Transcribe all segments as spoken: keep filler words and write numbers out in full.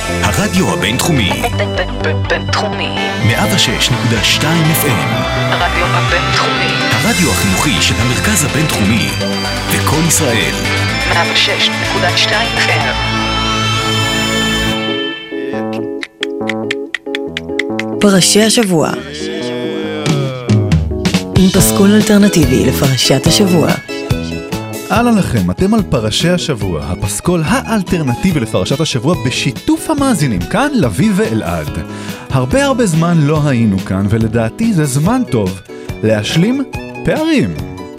הרדיו הבינתחומי. בינתחומי. מאה ושש נקודה שתיים אף אם. הרדיו הבינתחומי. הרדיו החינוכי של המרכז הבינתחומי. וכל ישראל. מאה ושש נקודה שתיים אף אם. פרשי השבוע. עם פסקול אלטרנטיבי לפרשת השבוע. אהלן לכם, אתם על פרשי השבוע, הפסקול האלטרנטיבי לפרשת השבוע בשיתוף המאזינים, כאן לוי ואלעד. הרבה הרבה זמן לא היינו כאן, ולדעתי זה זמן טוב להשלים פערים.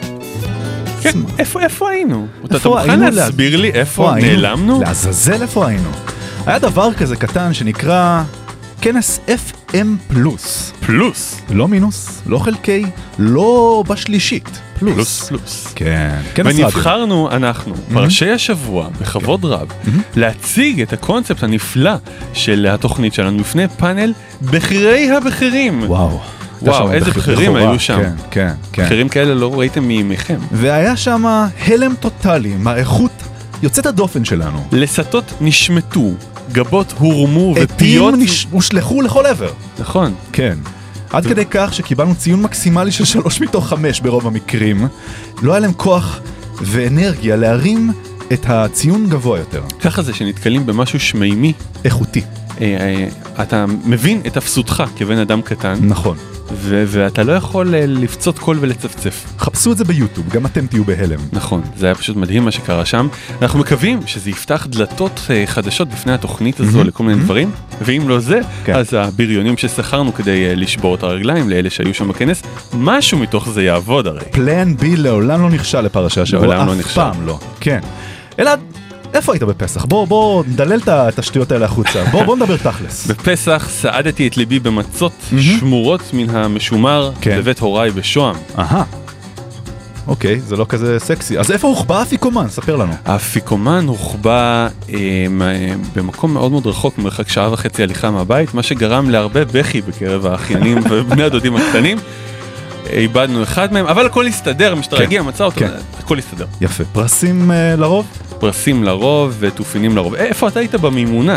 כן, איפה, איפה היינו? אתה איפה מוכן היינו להסביר לה... לי איפה היינו? נעלמנו? לעזאזל איפה היינו. היה דבר כזה קטן שנקרא כנס אף אם פלוס. פלוס. לא מינוס, לא חלקי, לא בשלישית. פלוס. פלוס, פלוס. כן, כנס רדיו. ונבחרנו אנחנו, פרשי השבוע, בכבוד רב, להציג את הקונספט הנפלא של התוכנית שלנו בפני פאנל בחירי הבחירים. וואו. וואו, איזה בחירים היו שם. כן, כן, כן. בחירים כאלה לא ראיתם מימיכם. והיה שם הלם טוטלי מהאיכות יוצאת הדופן שלנו. לסתות נשמטו, גבות הורמו ופיות... עטים נש... הושלחו לכל עבר. נכון. כן. עד כדי כך שקיבלנו ציון מקסימלי של שלוש מתוך חמש ברוב המקרים. לא היה להם כוח ואנרגיה להרים את הציון גבוה יותר. ככה זה שנתקלים במשהו שמימי. איכותי. אתה מבין את אפסותך כבן אדם קטן. נכון. ו- ואתה לא יכול לפצות קול ולצפצף. חפשו את זה ביוטיוב, גם אתם תהיו בהלם. נכון, זה היה פשוט מדהים מה שקרה שם. אנחנו מקווים שזה יפתח דלתות חדשות בפני התוכנית הזו לכל מיני דברים, ואם לא זה, אז הבריונים ששכרנו כדי לשבור את הרגליים לאלה שהיו שם בכנס, משהו מתוך זה יעבוד הרי. פלן בי לעולם לא נכשל לפרשה השבוע, לעולם לא אף נכשל. פעם לא. כן. אלעד, איפה היית בפסח? בוא, בוא, נדלל את השטויות האלה החוצה. בוא, בוא נדבר תכלס. בפסח סעדתי את ליבי במצות שמורות מן המשומר בבית הוריי בשוהם. אהה. אוקיי, זה לא כזה סקסי. אז איפה הוחבא האפיקומן? ספר לנו. האפיקומן הוחבא אה, במקום מאוד מאוד רחוק, מרחק שעה וחצי הליכה מהבית, מה שגרם להרבה בכי בקרב האחיינים ובני הדודים הקטנים. איבדנו אחד מהם, אבל הכל הסתדר, המשטרה הגיע, מצא אותו, הכל הסתדר. יפה. פרסים לרוב? פרסים לרוב ותופינים לרוב. איפה אתה היית במימונה?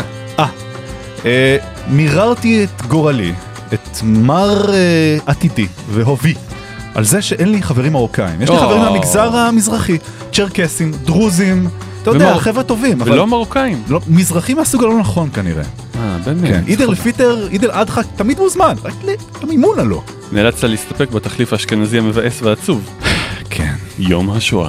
אה, מיררתי את גורלי, את מר עתידי והובי, על זה שאין לי חברים מרוקאים. יש לי חברים מהמגזר המזרחי, צ'רקסים, דרוזים, אתה יודע, חבר'ה טובים. ולא מרוקאים. מזרחים מהסוג הלא נכון כנראה. אה, באמת. אידר לפיטר, אידר אדחק, תמיד מוזמן, רק למימונה לא. נאלצת להסתפק בתחליף האשכנזי המבאס ועצוב. כן. יום השואה.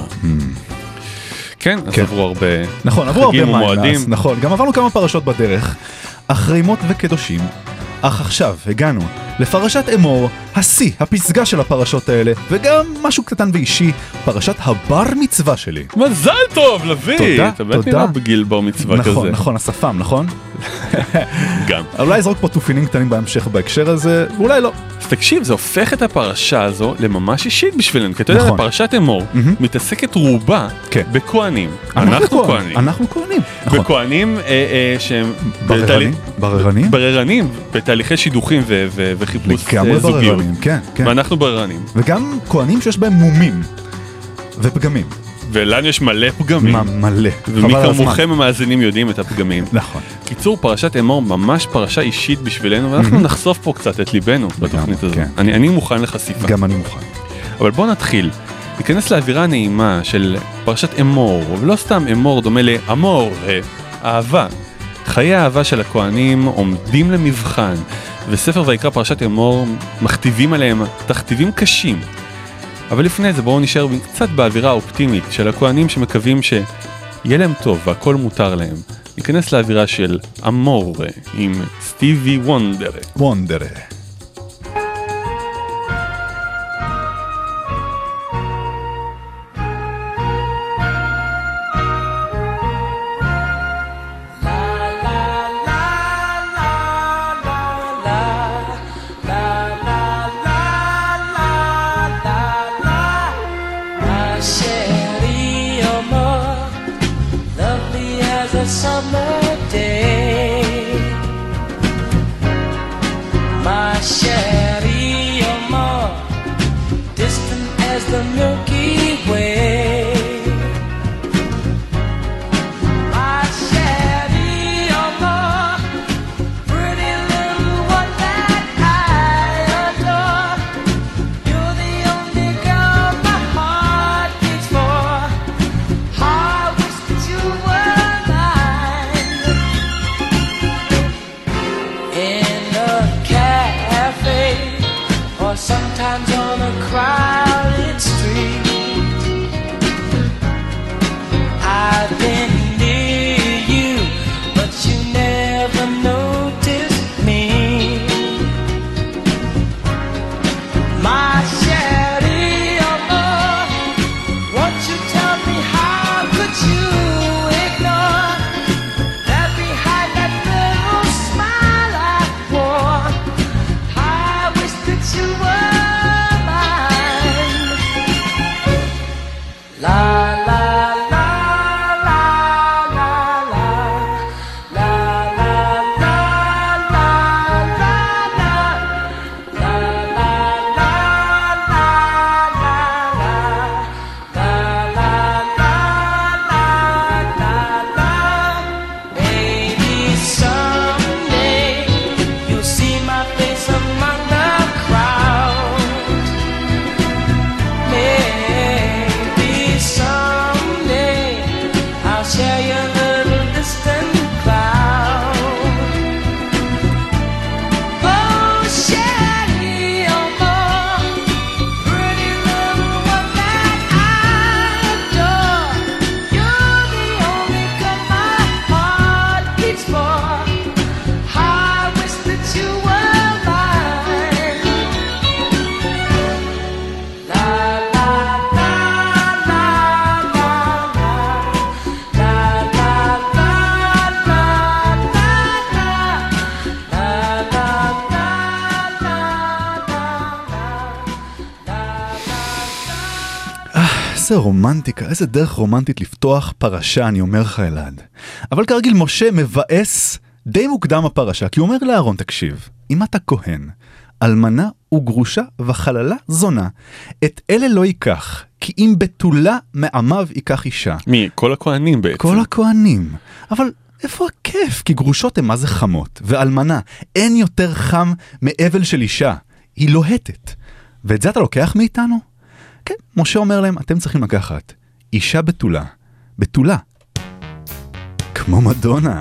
כן, אז עברו הרבה נכון, עברו הרבה ומועדים. נכון, גם עברנו כמה פרשות בדרך, אחרימות וקדושים, אך עכשיו הגענו לפרשת אמור, השיא, הפסגה של הפרשות האלה, וגם משהו קטן ואישי, פרשת הבר מצווה שלי. מזל טוב, לוי! תודה, אתה באמת תודה. נראה בגיל בר מצווה כזה. נכון, נכון, השפם, נכון? גם. אולי זרוק פה תופינים קטנים בהמשך בהקשר הזה, ואולי לא. אז תקשיב, זה הופך את הפרשה הזו לממש אישית בשבילנו, כי אתה יודע, פרשת אמור מתעסקת רובה בכהנים. אנחנו כהנים. אנחנו כהנים. בכהנים שהם... בררנים? בררנים, בתהליכי שידוכים וחיפוש זוגיות. ואנחנו בררנים. וגם כהנים שיש בהם מומים ופגמים. ולנו יש מלא פגמים. מלא. ומי כמוכם המאזינים יודעים את הפגמים. נכון. קיצור, פרשת אמור ממש פרשה אישית בשבילנו, ואנחנו נחשוף פה קצת את ליבנו בתוכנית הזו. אני מוכן לחשיפה. גם אני מוכן. אבל בוא נתחיל. ניכנס לאווירה הנעימה של פרשת אמור, ולא סתם אמור דומה לאמור, אהבה. חיי האהבה של הכהנים עומדים למבחן, וספר ויקרא פרשת אמור מכתיבים עליהם תכתיבים קשים. אבל לפני זה בואו נשאר קצת באווירה האופטימית של הכהנים שמקווים שיהיה להם טוב והכל מותר להם. ניכנס לאווירה של אמור עם סטיבי וונדרה. וונדרה. Summer day, my chérie, more distant as the Milky Way. My chérie, more איזה רומנטיקה, איזה דרך רומנטית לפתוח פרשה, אני אומר לך אלעד. אבל כרגיל משה מבאס די מוקדם הפרשה, כי הוא אומר לאהרון, תקשיב, אם אתה כהן, אלמנה וגרושה וחללה זונה, את אלה לא ייקח, כי אם בתולה מעמיו ייקח אישה. מי? כל הכהנים בעצם. כל הכהנים. אבל איפה הכיף? כי גרושות הן מה זה חמות, ואלמנה, אין יותר חם מאבל של אישה. היא לוהטת. ואת זה אתה לוקח מאיתנו? כן, משה אומר להם, אתם צריכים לקחת אישה בתולה. בתולה. כמו מדונה.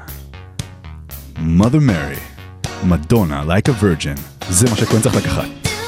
Mother Mary. מדונה, like a virgin. זה מה שכהן צריך לקחת.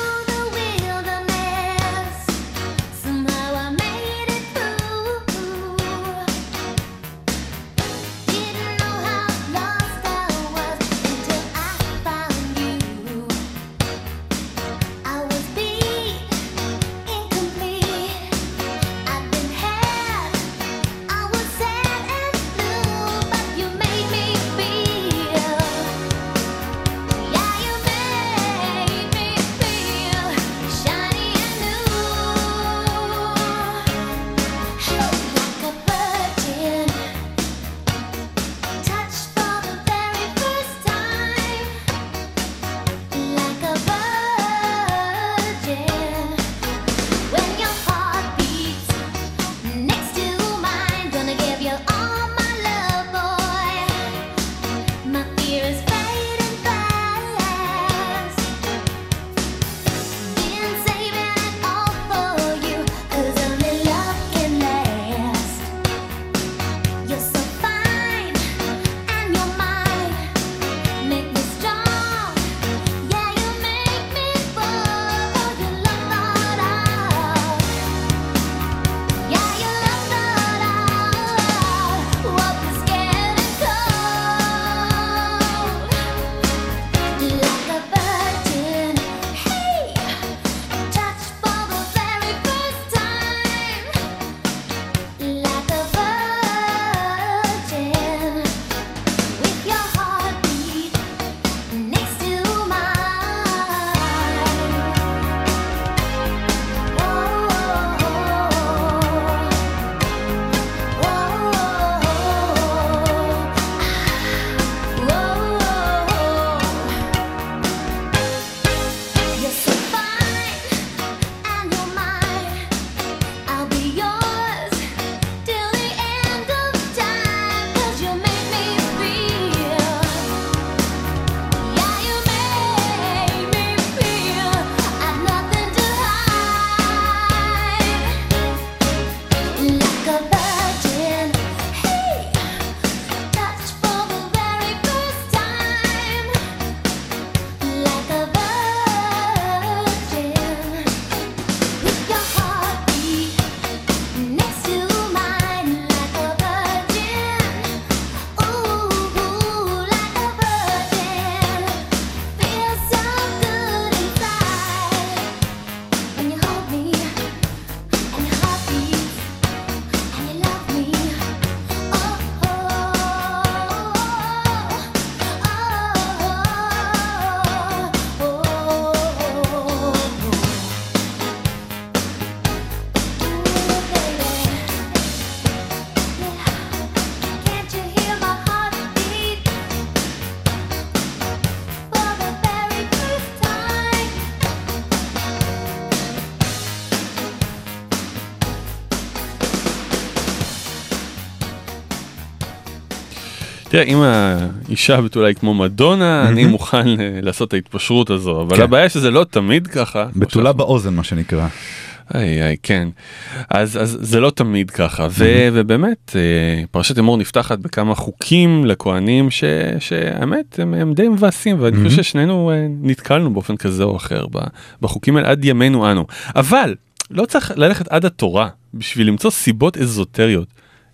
תראה, אם האישה בתולה היא כמו מדונה, אני מוכן לעשות את ההתפשרות הזו, אבל הבעיה שזה לא תמיד ככה. בתולה באוזן, מה שנקרא. איי, איי, כן. אז, אז זה לא תמיד ככה, ו, ובאמת, פרשת אמור נפתחת בכמה חוקים לכהנים, ש, שהאמת, הם, הם די מבאסים, ואני חושב ששנינו נתקלנו באופן כזה או אחר, בחוקים האלה עד ימינו אנו. אבל, לא צריך ללכת עד התורה, בשביל למצוא סיבות אזוטריות.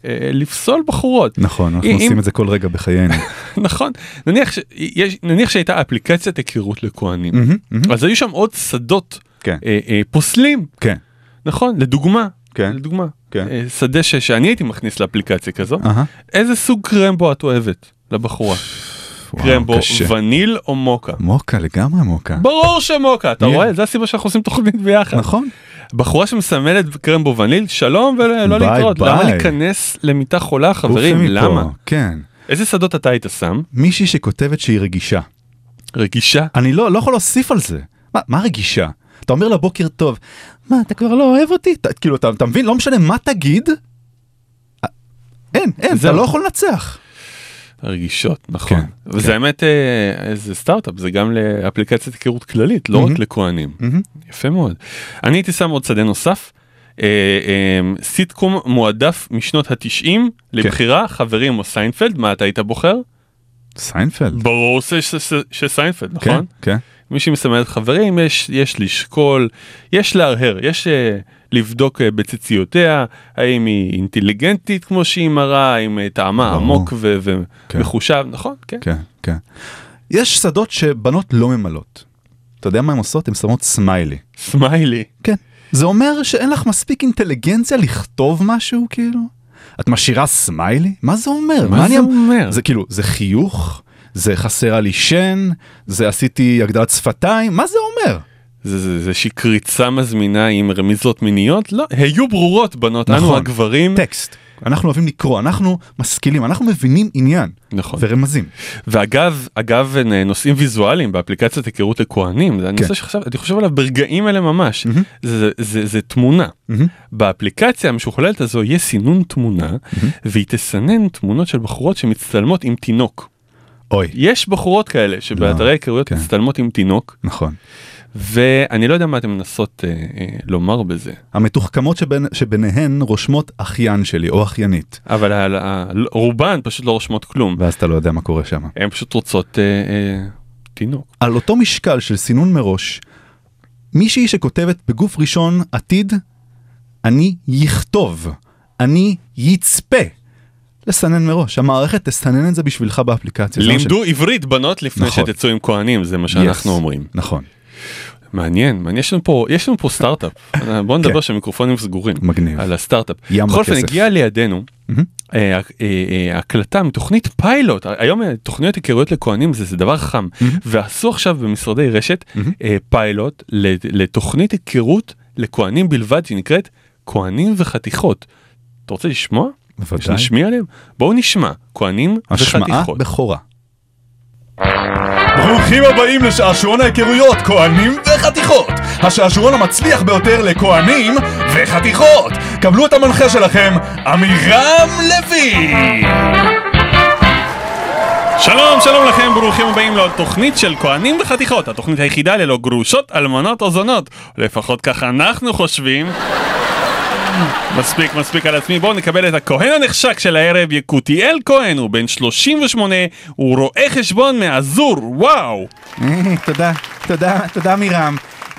לפסול בחורות. נכון, אנחנו עושים את זה כל רגע בחיינו. נכון, נניח שהייתה אפליקציית היכרות לכהנים, אז היו שם עוד שדות פוסלים, נכון, לדוגמה, לדוגמה, שדה שאני הייתי מכניס לאפליקציה כזו, איזה סוג קרמבו את אוהבת לבחורה? קרמבו וניל או מוקה? מוקה, לגמרי מוקה. ברור שמוקה, אתה רואה? זה הסיבה שאנחנו עושים תוכנית ביחד. נכון. בחורה שמסמלת קרם בובניל, שלום ולא ביי, להתראות. ביי. למה להיכנס למיטה חולה, חברים? עופי מפה, למה? כן. איזה שדות אתה היית שם? מישהי שכותבת שהיא רגישה. רגישה? אני לא, לא יכול להוסיף על זה. מה, מה רגישה? אתה אומר לה בוקר טוב, מה, אתה כבר לא אוהב אותי? אתה, כאילו, אתה, אתה מבין? לא משנה מה תגיד, אין, אין, זהו. אתה לא יכול לנצח. רגישות, נכון. כן, וזה כן. האמת, אה, זה סטארט-אפ, זה גם לאפליקציית היכרות כללית, לא מהמם. רק לכהנים. מהמם. יפה מאוד. אני הייתי שם עוד שדה נוסף, אה, אה, סיטקום מועדף משנות התשעים, לבחירה, חברים או סיינפלד, מה אתה היית בוחר? סיינפלד. ברור ש- ש- ש- שסיינפלד, כן, נכון? כן. מי שמסמלת חברים, יש, יש לשקול, יש להרהר, יש uh, לבדוק uh, בציציותיה, האם היא אינטליגנטית כמו שהיא מראה, האם uh, טעמה ברור. עמוק ו- ו- כן. מחושב, נכון? כן. כן, כן. יש שדות שבנות לא ממלאות. אתה יודע מה הן עושות? הן שמות סמיילי. סמיילי. כן. זה אומר שאין לך מספיק אינטליגנציה לכתוב משהו, כאילו? את משאירה סמיילי? מה זה אומר? מה אני זה אמ- אומר? זה כאילו, זה חיוך? זה חסרה לי שן? זה עשיתי הגדלת שפתיים? מה זה אומר? זה, זה, זה שהיא קריצה מזמינה עם רמיזות מיניות? לא, היו ברורות בנות, נכון. אנו הגברים. טקסט. אנחנו אוהבים לקרוא, אנחנו משכילים, אנחנו מבינים עניין. נכון. ורמזים. ואגב, אגב, נושאים ויזואליים באפליקציית היכרות לכהנים, זה הנושא שחשב, אני חושב עליו ברגעים אלה ממש, זה, זה, זה, זה תמונה. באפליקציה המשוכללת הזו יהיה סינון תמונה, והיא תסנן תמונות של בחורות שמצטלמות עם תינוק. אוי, יש בחורות כאלה שבאתרי היכרויות כן. מצטלמות עם תינוק, נכון. ואני לא יודע מה אתם מנסות אה, אה, לומר בזה, המתוחכמות שבין, שביניהן רושמות אחיין שלי או אחיינית, אבל ה- ה- רובן פשוט לא רושמות כלום, ואז אתה לא יודע מה קורה שם. הן פשוט רוצות אה, אה, תינוק. על אותו משקל של סינון מראש, מישהי שכותבת בגוף ראשון עתיד, אני יכתוב, אני יצפה. לסנן מראש, המערכת תסנן את זה בשבילך באפליקציה. זה מה לימדו עברית בנות לפני נכון. שתצאו עם כהנים, זה מה ש- שאנחנו Yes. אומרים. נכון, מעניין, מעניין, יש לנו פה, יש לנו פה סטארט-אפ. בוא נדבר כן. שהמיקרופונים סגורים. מגניב. על הסטארט-אפ. ים בכל אופן, בכסף. הגיעה לידינו מהמם. אה, אה, אה, הקלטה מתוכנית פיילוט. היום אה, תוכניות היכרויות לכהנים זה, זה דבר חם. ועשו עכשיו במשרדי רשת אה, פיילוט ל- לתוכנית היכרות לכהנים בלבד, שנקראת כהנים וחתיכות. אתה רוצה לשמוע? בוודאי. שנשמיע עליהם? בואו נשמע. כהנים השמעה וחתיכות. בכורה. ברוכים הבאים לשעשועון ההיכרויות, כהנים וחתיכות. השעשועון המצליח ביותר לכהנים וחתיכות. קבלו את המנחה שלכם, עמירם לוי. שלום, שלום לכם, ברוכים הבאים לתוכנית של כהנים וחתיכות, התוכנית היחידה ללא גרושות, אלמנות או זונות, לפחות ככה אנחנו חושבים. מספיק, מספיק על עצמי, בואו נקבל את הכהן הנחשק של הערב, יקותיאל כהן, הוא בן שלושים ושמונה, הוא רואה חשבון מאזור, וואו! תודה, תודה, תודה מירם.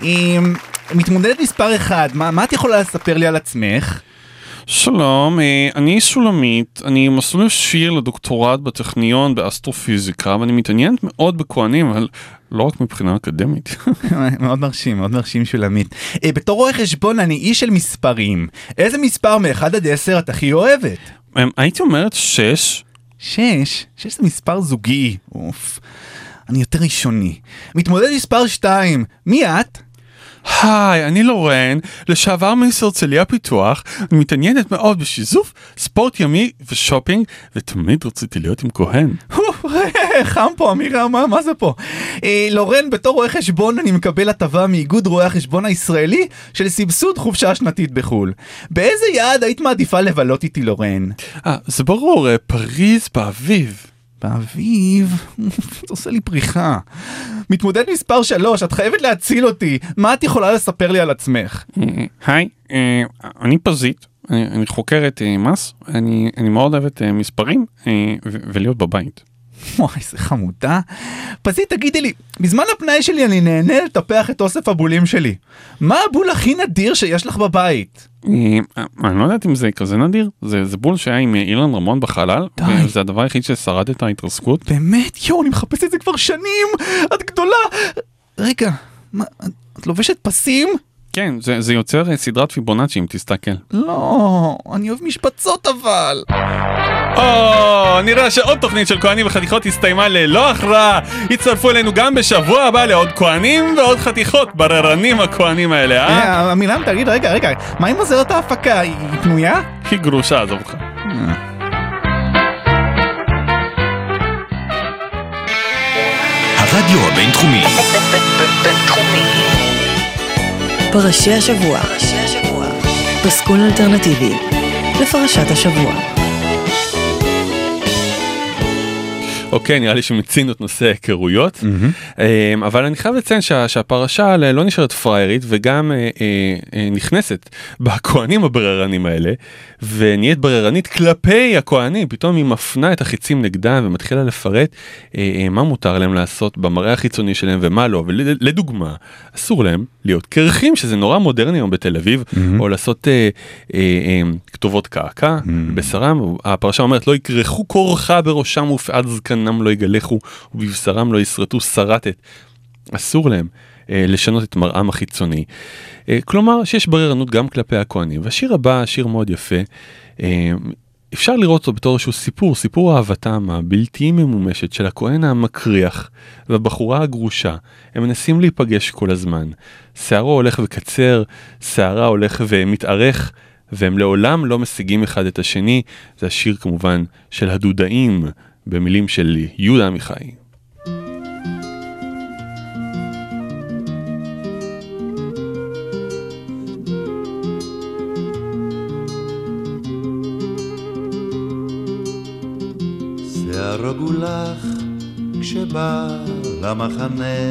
מתמודדת מספר אחד, מה, מה את יכולה לספר לי על עצמך? שלום, אני שולמית, אני מסלול שיר לדוקטורט בטכניון באסטרופיזיקה, ואני מתעניינת מאוד בכהנים, אבל לא רק מבחינה אקדמית. מאוד מרשים, מאוד מרשים שולמית. אה, בתור רואה חשבון אני איש של מספרים. איזה מספר מאחד עד עשר את הכי אוהבת? הייתי אומרת שש. שש? שש זה מספר זוגי. אוף. אני יותר ראשוני. מתמודד מספר שתיים. מי את? היי, אני לורן, לשעבר מיס הרצליה פיתוח, אני מתעניינת מאוד בשיזוף, ספורט ימי ושופינג, ותמיד רציתי להיות עם כהן. חם פה אמירה, מה, מה זה פה? אה, לורן, בתור רואה חשבון אני מקבל הטבה מאיגוד רואי החשבון הישראלי של סבסוד חופשה שנתית בחול. באיזה יעד היית מעדיפה לבלות איתי לורן? אה, זה ברור, אה, פריז באביב. באביב, זה עושה לי פריחה. מתמודד מספר שלוש, את חייבת להציל אותי. מה את יכולה לספר לי על עצמך? היי, אה, אני פזית, אני, אני חוקרת אה, מס, אני, אני מאוד אוהבת אה, מספרים אה, ו- ולהיות בבית. וואי, איזה חמודה. פזית, תגידי לי, בזמן הפנאי שלי אני נהנה לטפח את אוסף הבולים שלי. מה הבול הכי נדיר שיש לך בבית? אה, אני לא יודעת אם זה כזה נדיר, זה, זה בול שהיה עם אילן רמון בחלל, די. וזה הדבר היחיד ששרד את ההתרסקות. באמת, יו, אני מחפש את זה כבר שנים. את גדולה. רגע, מה, את לובשת פסים? כן, זה, זה יוצר אה, סדרת פיבונאצ'י אם תסתכל. לא, אני אוהב משבצות אבל. או, נראה שעוד תוכנית של כהנים וחתיכות הסתיימה ללא הכרעה. יצטרפו אלינו גם בשבוע הבא לעוד כהנים ועוד חתיכות, בררנים הכהנים האלה, אה? עמילם, תגיד, רגע, רגע, מה עם עוזרת ההפקה? היא פנויה? היא גרושה, עזוב אותך. הרדיו הבינתחומי. בינתחומי. פרשי השבוע. פסקול אלטרנטיבי לפרשת השבוע. אוקיי, נראה לי שמצינו את נושא ההיכרויות, אבל אני חייב לציין שהפרשה לא נשארת פריירית וגם נכנסת בכהנים הבררנים האלה, ונהיית בררנית כלפי הכהנים. פתאום היא מפנה את החיצים נגדם ומתחילה לפרט מה מותר להם לעשות במראה החיצוני שלהם ומה לא. ולדוגמה, אסור להם להיות קרחים, שזה נורא מודרני היום בתל אביב, או לעשות כתובות קעקע בשרם. הפרשה אומרת, לא יקרחו קורחה בראשם ופעד זקנם לא יגלחו ובבשרם לא ישרטו שרטת. אסור להם אה, לשנות את מראם החיצוני. אה, כלומר שיש בררנות גם כלפי הכהנים. והשיר הבא, שיר מאוד יפה, אה, אפשר לראות אותו בתור איזשהו סיפור, סיפור אהבתם הבלתי ממומשת של הכהן המקריח והבחורה הגרושה. הם מנסים להיפגש כל הזמן. שערו הולך וקצר, שערה הולך ומתארך, והם לעולם לא משיגים אחד את השני. זה השיר כמובן של הדודאים, במילים של יהודה עמיחי. שערו גולח כשבא למחנה,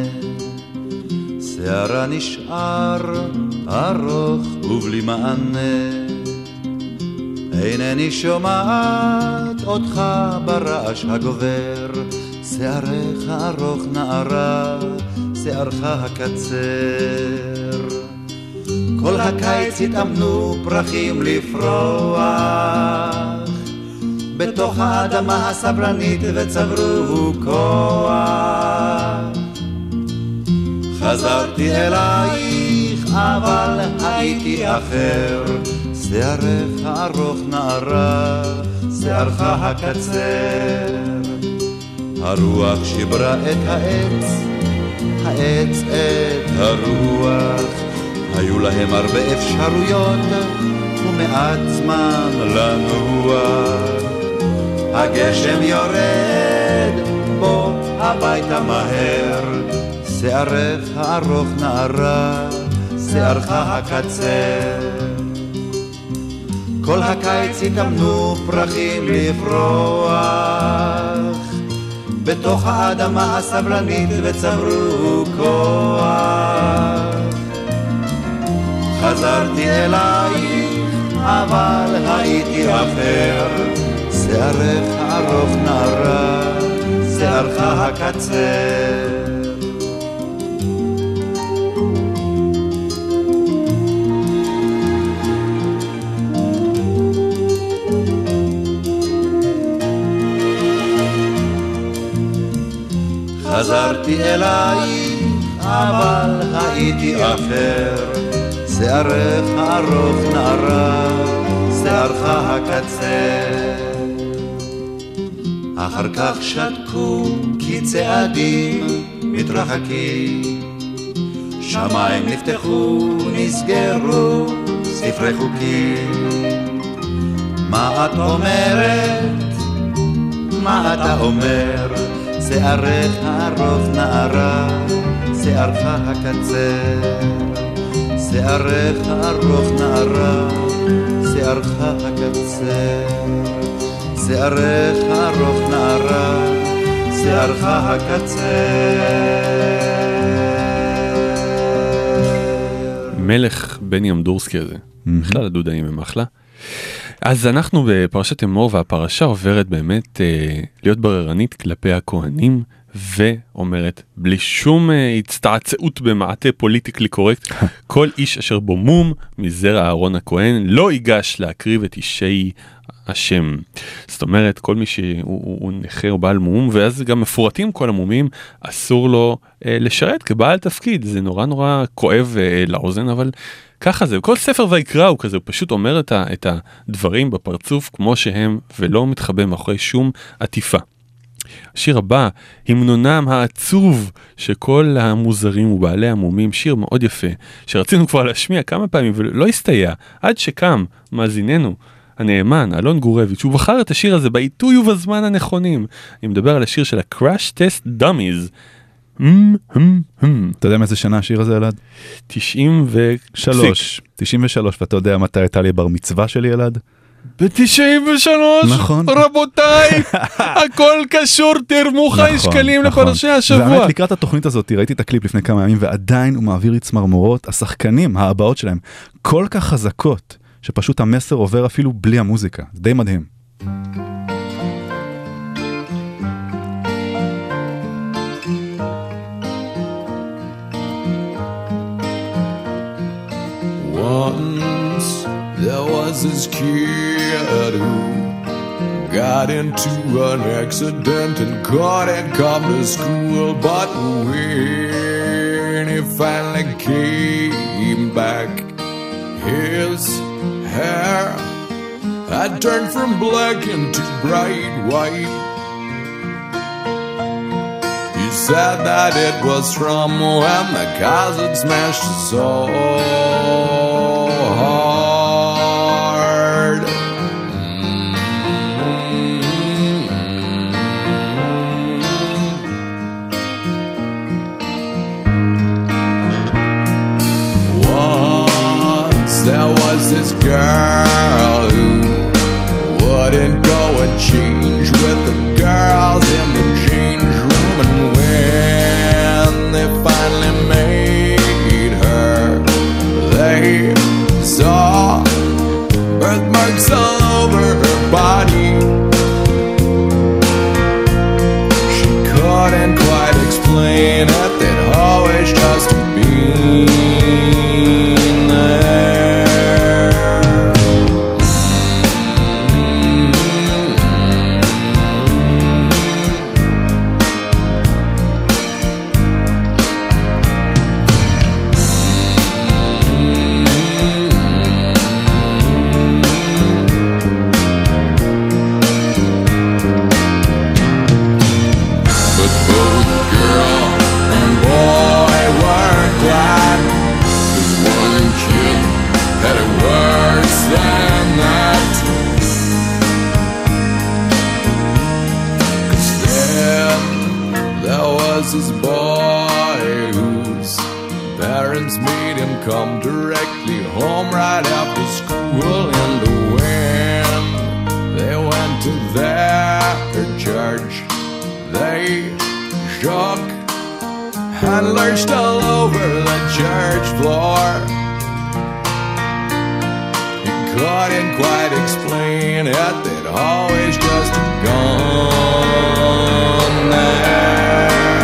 שערה נשאר ארוך ובלי מענה, אינני שומעת אותך ברעש הגובר, שערך ארוך נערה, שערך הקצר. כל הקיץ התאמנו פרחים לפרוח בתוך האדמה הסברנית וצברו כוח. חזרתי אלייך אבל הייתי אחר, שערך ארוך נערה, שערך הקצר. הרוח שברה את העץ, העץ את הרוח, היו להם הרבה אפשרויות ומעט זמן לנוח. הגשם יורד, בוא הביתה מהר, שערך ארוך נערה, שערך הקצר. כל הקיץ התאמנו פרחים לפרוח בתוך האדמה הסברנית וצברו כוח. חזרתי אלייך אבל הייתי אחר, שערך ארוך נערה, שערך הקצר. חזרתי אלייך אבל הייתי אחר, שערך ארוך נערה, שערך הקצר. אחר כך שתקו כי צעדים מתרחקים, שמיים נפתחו נסגרו ספרי חוקים. מה את אומרת? מה אתה אומר? שערך ארוך נערה, שערך הקצר. שערך ארוך נערה, שערך הקצר. שערך ארוך נערה, שערך הקצר. מלך בני אמדורסקי הזה, בכלל הדודאים הם אחלה. אז אנחנו בפרשת אמור, והפרשה עוברת באמת אה, להיות בררנית כלפי הכהנים, ואומרת, בלי שום אה, הצטעצעות במעטה פוליטיקלי קורקט, כל איש אשר בו מום מזרע אהרון הכהן לא ייגש להקריב את אישי השם. זאת אומרת, כל מי שהוא הוא נכה או בעל מום, ואז גם מפורטים כל המומים, אסור לו אה, לשרת כבעל תפקיד. זה נורא נורא כואב אה, לאוזן, אבל ככה זה, כל ספר ויקרא הוא כזה, הוא פשוט אומר את, ה, את הדברים בפרצוף כמו שהם, ולא מתחבא מאחורי שום עטיפה. השיר הבא, המנונם העצוב שכל המוזרים ובעלי המומים, שיר מאוד יפה, שרצינו כבר להשמיע כמה פעמים ולא הסתייע, עד שקם מאזיננו הנאמן, אלון גורביץ', הוא בחר את השיר הזה בעיתוי ובזמן הנכונים. אני מדבר על השיר של ה-Crash Test Dummies. אתה יודע מאיזה שנה השיר הזה, אלעד? תשעים ושלוש. תשעים ושלוש, ואתה יודע מתי הייתה לי בר מצווה שלי, אלעד? ב-תשעים ושלוש, נכון. רבותיי, הכל קשור, תרמו חי שקלים לפרשי השבוע. והאמת, לקראת התוכנית הזאת, ראיתי את הקליפ לפני כמה ימים, ועדיין הוא מעביר לי צמרמורות, השחקנים, ההבאות שלהם, כל כך חזקות, שפשוט המסר עובר אפילו בלי המוזיקה. זה די מדהים. Once there was this kid who got into an accident and couldn't come to school, but when he finally came back, his hair had turned from black into bright white. He said that it was from when the cars had smashed his soul hard. Once there was this girl who wouldn't go and change with the girls in the change room, and when they finally made her, they saw birthmarks all over her body. She couldn't quite explain it, they'd always just been there. But both girl and boy were glad, 'cause one kid had it worse than that. 'Cause then there was this boy whose parents made him come directly home right after school, and when they went to their church, they shook and lurched all over the church floor. He couldn't quite explain it, they'd always just gone there.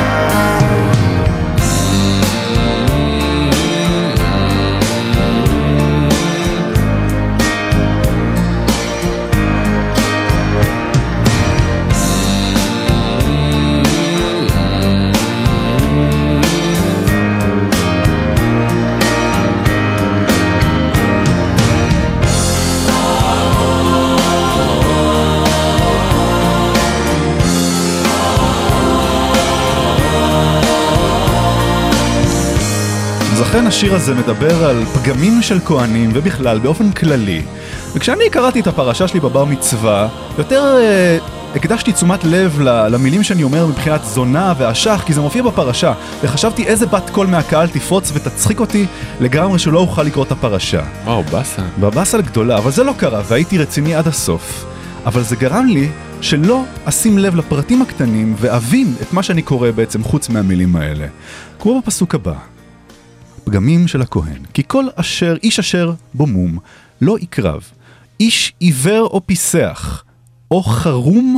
אז אכן השיר הזה מדבר על פגמים של כהנים ובכלל באופן כללי. וכשאני קראתי את הפרשה שלי בבר מצווה, יותר אה, הקדשתי תשומת לב למילים שאני אומר מבחינת זונה והשח, כי זה מופיע בפרשה, וחשבתי איזה בת קול מהקהל תפרוץ ותצחיק אותי לגמרי שלא אוכל לקרוא את הפרשה. וואו, בסה. בבסה לגדולה, אבל זה לא קרה והייתי רציני עד הסוף. אבל זה גרם לי שלא אשים לב לפרטים הקטנים ואבין את מה שאני קורא בעצם חוץ מהמילים האלה. כמו בפסוק הבא. פגמים של הכהן, כי כל אשר, איש אשר בו מום, לא יקרב, איש עיוור או פיסח, או חרום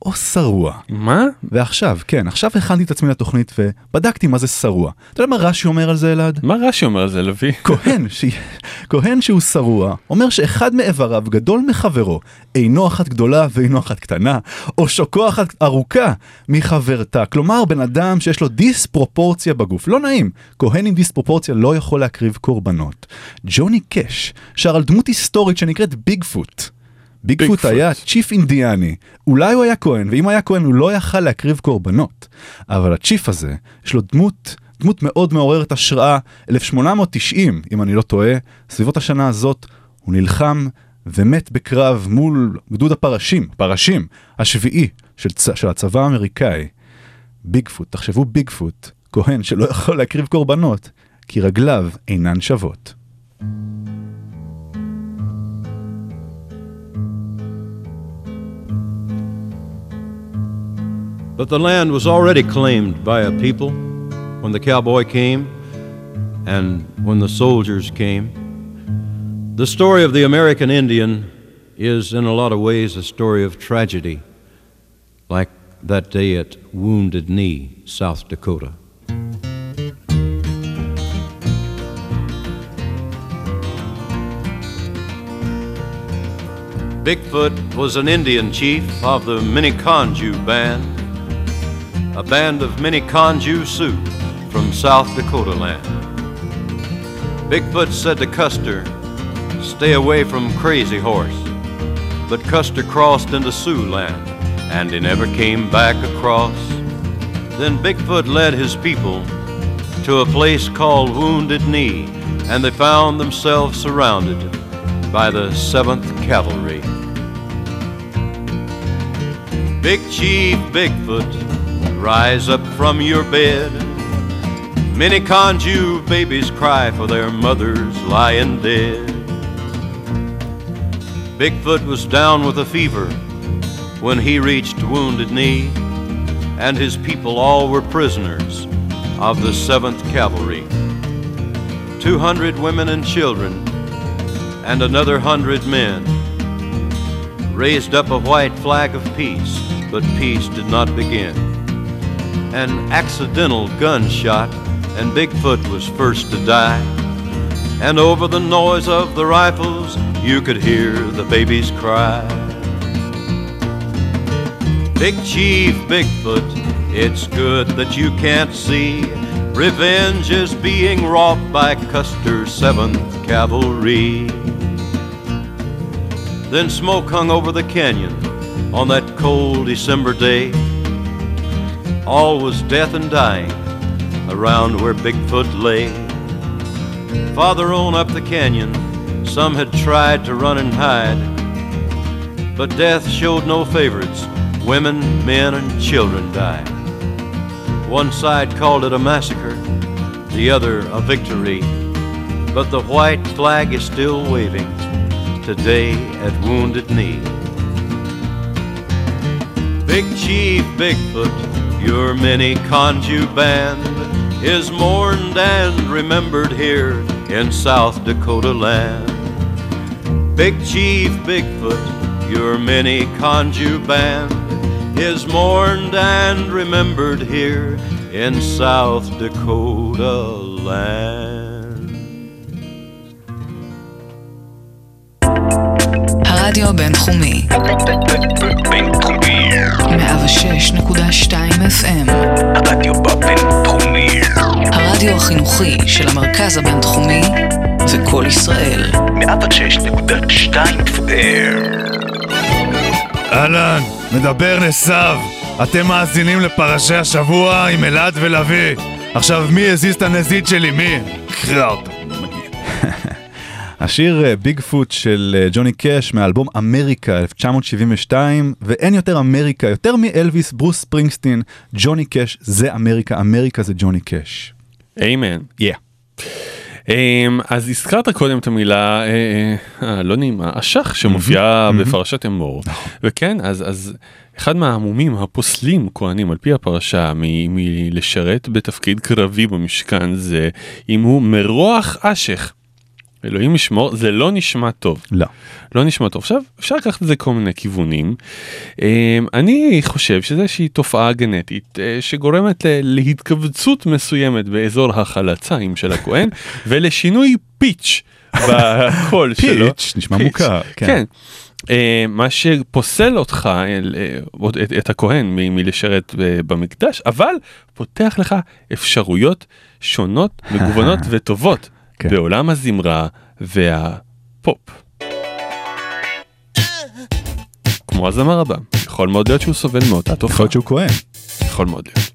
או שרוע. מה? ועכשיו, כן, עכשיו הכנתי את עצמי לתוכנית ובדקתי מה זה שרוע. אתה יודע מה רש"י אומר על זה, אלעד? מה רש"י אומר על זה, לוי? כהן, ש... כהן שהוא שרוע, אומר שאחד מאיבריו גדול מחברו, אינו אחת גדולה ואינו אחת קטנה, או שוקו אחת ארוכה מחברתה. כלומר, בן אדם שיש לו דיספרופורציה בגוף. לא נעים. כהן עם דיספרופורציה לא יכול להקריב קורבנות. ג'וני קש שר על דמות היסטורית שנקראת ביגפוט. ביגפוט היה צ'יף אינדיאני. אולי הוא היה כהן, ואם היה כהן הוא לא יכל להקריב קורבנות. אבל הצ'יף הזה, יש לו דמות, דמות מאוד מעוררת השראה. אלף שמונה מאות תשעים, אם אני לא טועה, סביבות השנה הזאת, הוא נלחם ומת בקרב מול גדוד הפרשים, פרשים, השביעי של, צ... של הצבא האמריקאי. ביגפוט, תחשבו ביגפוט, כהן שלא יכול להקריב קורבנות, כי רגליו אינן שוות. But the land was already claimed by a people when the cowboy came and when the soldiers came. The story of the American Indian is in a lot of ways a story of tragedy, like that day at Wounded Knee, South Dakota. Bigfoot was an Indian chief of the Minneconjou band, a band of Minneconjou Sioux from South Dakota land. Bigfoot said to Custer, "Stay away from Crazy Horse." But Custer crossed into Sioux land, and he never came back across. Then Bigfoot led his people to a place called Wounded Knee, and they found themselves surrounded by the seventh Cavalry. Big Chief Bigfoot, rise up from your bed. Minneconjou babies cry for their mothers lying dead. Bigfoot was down with a fever when he reached Wounded Knee, and his people all were prisoners of the seventh Cavalry. Two hundred women and children and another hundred men raised up a white flag of peace, but peace did not begin. An accidental gunshot and Bigfoot was first to die, and over the noise of the rifles you could hear the babies cry. Big Chief Bigfoot, it's good that you can't see revenge is being wrought by Custer's seventh Cavalry. Then smoke hung over the canyon on that cold December day. All was death and dying around where Bigfoot lay. Farther on up the canyon, some had tried to run and hide, but death showed no favorites. Women, men, and children died. One side called it a massacre, the other a victory, but the white flag is still waving today at Wounded Knee. Big Chief Bigfoot, your Minneconjou band is mourned and remembered here in South Dakota land. Big Chief Bigfoot, your Minneconjou band is mourned and remembered here in South Dakota land. הרדיו הבינתחומי בינתחומי מאה ושש נקודה שתיים אף אם. הרדיו בבינתחומי, הרדיו החינוכי של המרכז הבינתחומי וכל ישראל. מאה ושש נקודה שתיים אף אם. אהלן, מדבר נסב. אתם מאזינים לפרשי השבוע עם אלעד ולוי. עכשיו מי הזיז את הנזיד שלי? מי? קראוט. השיר ביגפוט של ג'וני קש מהאלבום אמריקה אלף תשע מאות שבעים ושתיים, ואין יותר אמריקה, יותר מאלוויס, ברוס ספרינגסטין. ג'וני קש זה אמריקה, אמריקה זה ג'וני קש. איימן. יא. אז הזכרת קודם את המילה לא נעימה, אשך, שמופיעה בפרשת אמור. וכן, אז אחד מהעמומים הפוסלים כהנים על פי הפרשה מלשרת בתפקיד קרבי במשכן זה אם הוא מרוח אשך. אלוהים ישמור, זה לא נשמע טוב. לא. לא נשמע טוב. עכשיו, אפשר לקחת את זה כל מיני כיוונים. אני חושב שזה איזושהי תופעה גנטית שגורמת להתכווצות מסוימת באזור החלציים של הכהן, ולשינוי פיץ' בקול שלו. פיץ', נשמע מוכר. כן. מה שפוסל אותך, את הכהן, מלשרת במקדש, אבל פותח לך אפשרויות שונות, מגוונות וטובות בעולם הזמרה והפופ. כמו הזמר הבא, יכול מאוד להיות שהוא סובל מאותה תופעה. יכול להיות שהוא כהן. יכול מאוד להיות.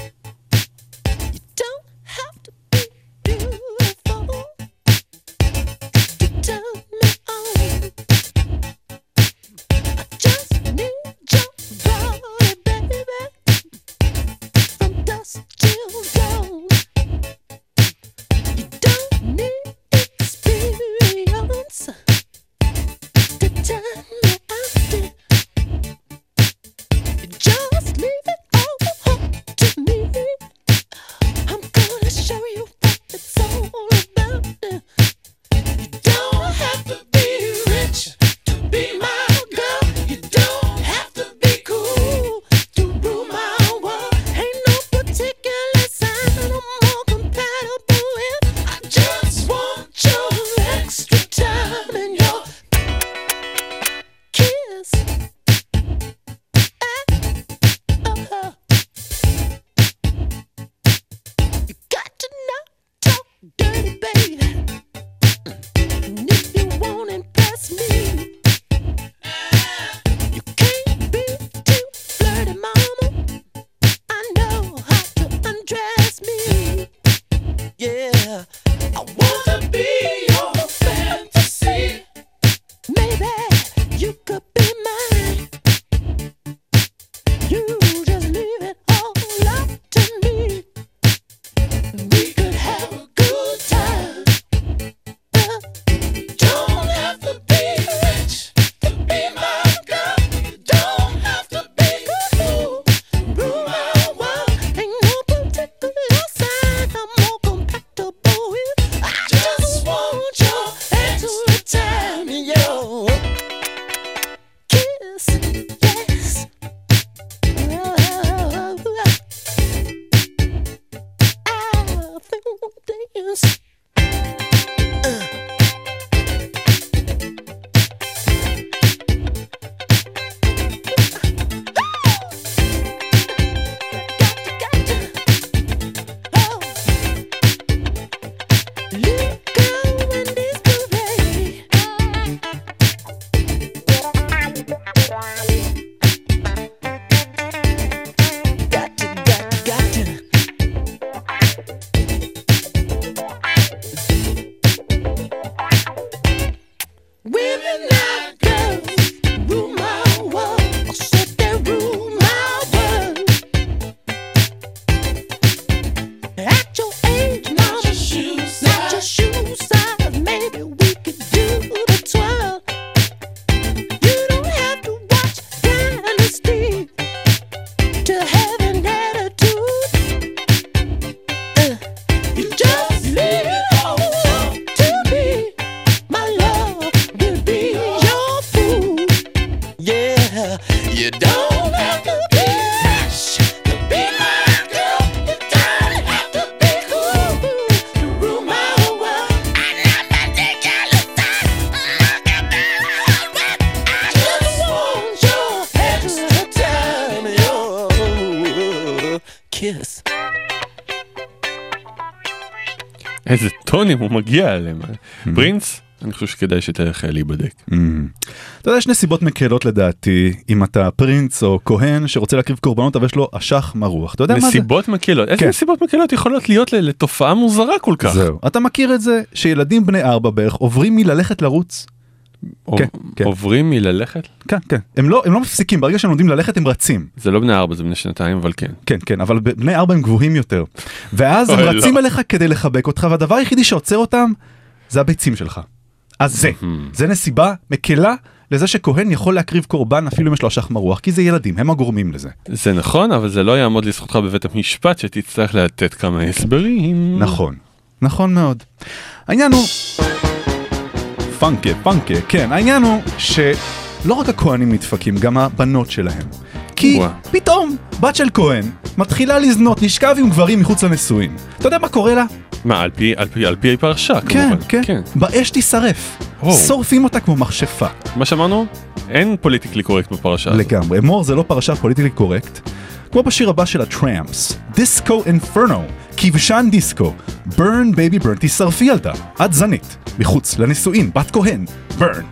איזה טונים הוא מגיע אליהם. פרינס, אני חושב שכדאי שתלך להיבדק. אתה יודע, יש נסיבות מקלות לדעתי, אם אתה פרינס או כהן שרוצה להקריב קורבנות, אבל יש לו אשך מרוח. אתה יודע מה זה? נסיבות מקלות? איזה נסיבות מקלות יכולות להיות לתופעה מוזרה כל כך? זהו. אתה מכיר את זה שילדים בני ארבע בערך עוברים מללכת לרוץ? עוברים מללכת? כן, כן. הם לא, הם לא מפסיקים, ברגע שהם לומדים ללכת הם רצים. זה לא בני ארבע, זה בני שנתיים, אבל כן. כן, כן, אבל בני ארבע הם גבוהים יותר. ואז הם רצים אליך כדי לחבק אותך, והדבר היחידי שעוצר אותם, זה הביצים שלך. אז זה, זה נסיבה מקלה לזה שכהן יכול להקריב קורבן אפילו אם יש לו אשך מרוח, כי זה ילדים, הם הגורמים לזה. זה נכון, אבל זה לא יעמוד לזכותך בבית המשפט שתצטרך לתת כמה הסברים. נכון, נכון מאוד. העניין הוא... פאנקה, פאנקה, כן, העניין הוא שלא רק הכהנים נדפקים, גם הבנות שלהם. כי ווא. פתאום בת של כהן מתחילה לזנות, נשכב עם גברים מחוץ לנישואין. אתה יודע מה קורה לה? מה, על פי, על פי, על פי הפרשה, כן, כמובן. כן, כן. באש תישרף. וואו. שורפים אותה כמו מכשפה. מה שאמרנו? אין פוליטיקלי קורקט בפרשה הזאת. לגמרי. אמור זה לא פרשה פוליטיקלי קורקט. כמו בשיר הבא של הטראמפס, דיסקו אינפרנו, כבשן דיסקו, burn baby burn, תשרפי ילדה, את זנית, מחוץ לנישואין, בת כהן, burn.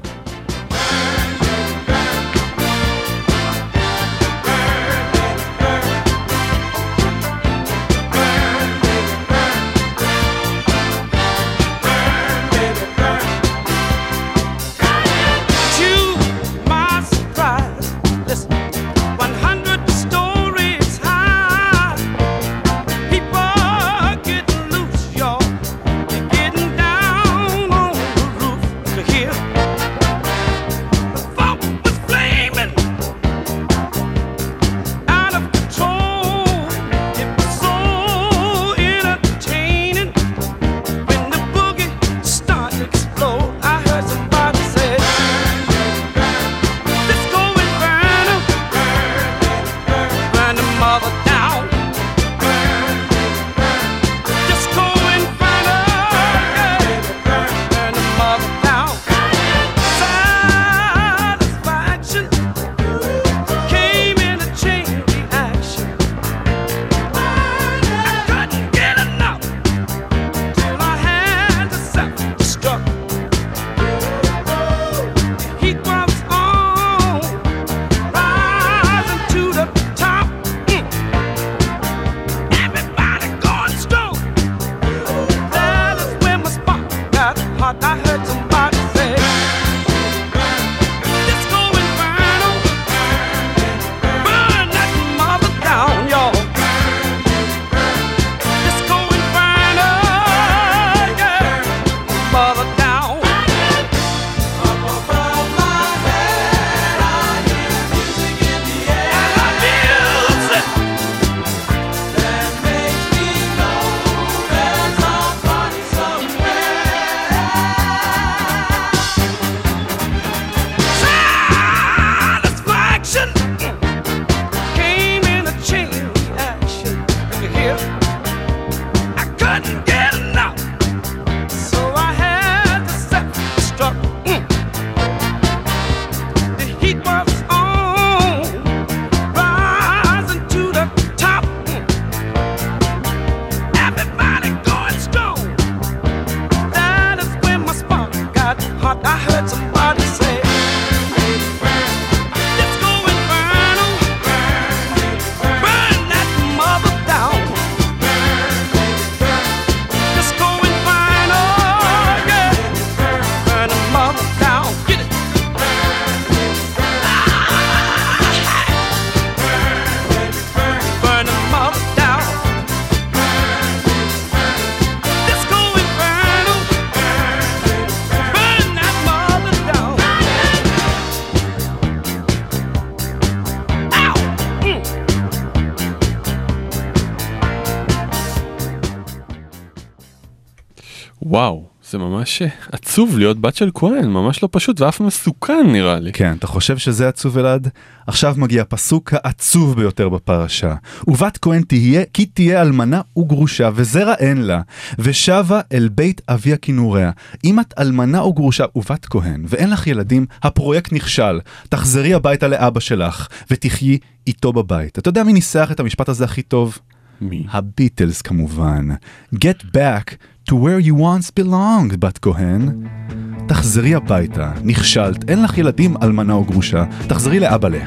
וואו, זה ממש עצוב להיות בת של כהן, ממש לא פשוט ואף מסוכן נראה לי. כן, אתה חושב שזה עצוב אלעד? עכשיו מגיע הפסוק העצוב ביותר בפרשה. ובת כהן תהיה, כי תהיה אלמנה וגרושה, וזרע אין לה, ושבה אל בית אביה כינוריה. אם את אלמנה וגרושה ובת כהן, ואין לך ילדים, הפרויקט נכשל. תחזרי הביתה לאבא שלך, ותחיי איתו בבית. אתה יודע מי ניסח את המשפט הזה הכי טוב? מי? הביטלס כמובן. Get back to where you once belonged, בת כהן. תחזרי הביתה, נכשלת, אין לך ילדים, אלמנה או גרושה, תחזרי לאבא לה.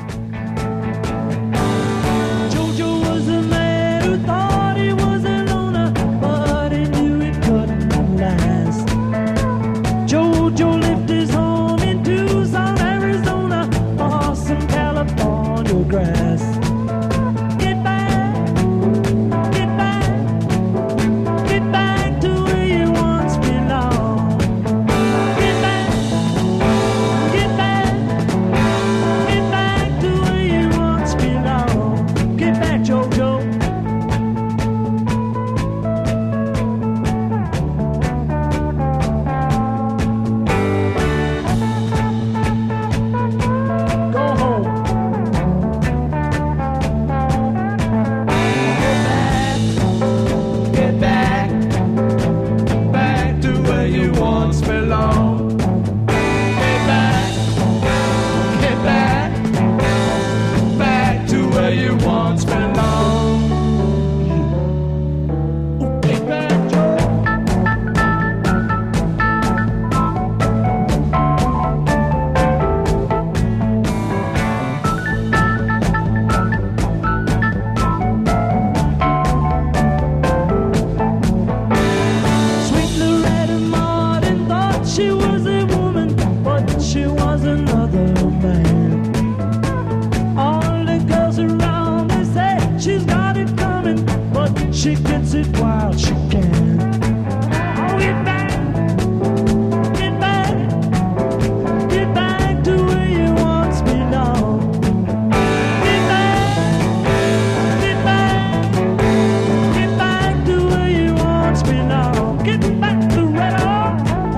she gets it while she can. Oh, get back, get back, get back to where you once belong. Get back, get back, get back to where you once belong. Get back to Red Hawk.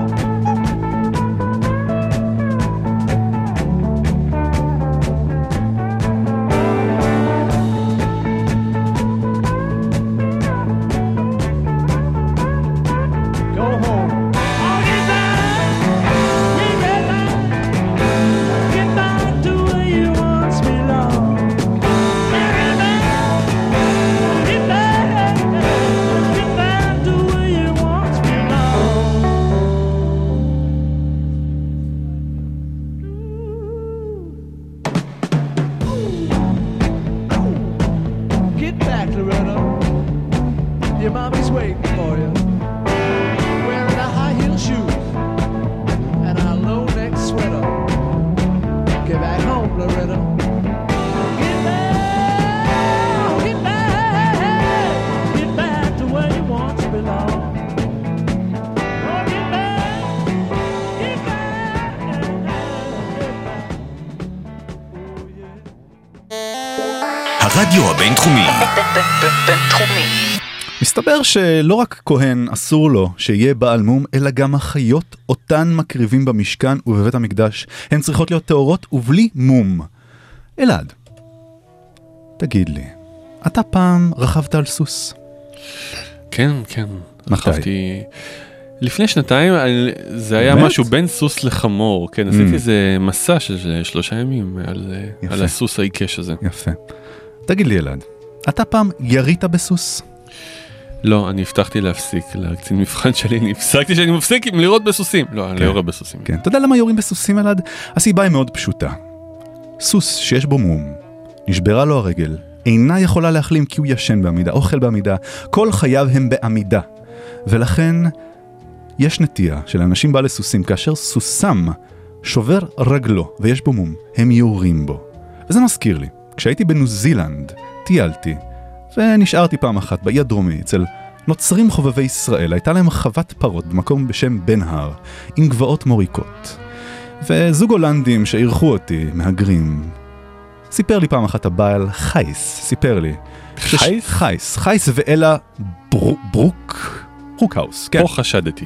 Go home. Oh, get back, yeah, get back, get back to where you once belong. Yeah, get back, get back, get back to where you once belong. Get back, Loretta. Your mommy's waiting for you. Wearing a high heel shoes and a low neck sweater. Get back home, Loretta. Get back, get back, get back to where you once belong. Oh, get back, get back, get back. הרדיו הבינתחומי. בינתחומי. מסתבר שלא רק כהן אסור לו שיהיה בעל מום, אלא גם החיות אותן מקריבים במשכן ובבית המקדש. הן צריכות להיות טהורות ובלי מום. אלעד, תגיד לי, אתה פעם רכבת על סוס? כן, כן. מתי? רכבתי לפני שנתיים, אני- זה היה באמת? משהו בין סוס לחמור. כן, Mm. עשיתי איזה מסע של שלושה ימים על יפה. על הסוס העיקש הזה. יפה. תגיד לי אלעד, אתה פעם ירית בסוס? לא, אני הבטחתי להפסיק, לקצין מבחן שלי, אני הפסקתי שאני מפסיק עם לראות בסוסים. לא, אני לא יורה בסוסים. כן. אתה יודע למה יורים בסוסים אלעד? הסיבה היא מאוד פשוטה. סוס שיש בו מום, נשברה לו הרגל, אינה יכולה להחלים כי הוא ישן בעמידה, אוכל בעמידה, כל חייו הם בעמידה. ולכן יש נטייה של אנשים בעלי סוסים, כאשר סוסם שובר רגלו ויש בו מום, הם יורים בו. וזה מזכיר לי, כשהייתי בניו זילנד, טיילתי, ונשארתי פעם אחת באי הדרומי אצל נוצרים חובבי ישראל. הייתה להם חוות פרות במקום בשם בן הר, עם גבעות מוריקות. וזוג הולנדים שאירחו אותי, מהגרים, סיפר לי פעם אחת הבעל, חייס, סיפר לי. שש- חייס? חייס, חייס ואלה בר... ברוק, ברוקהאוס, כן. פה חשדתי.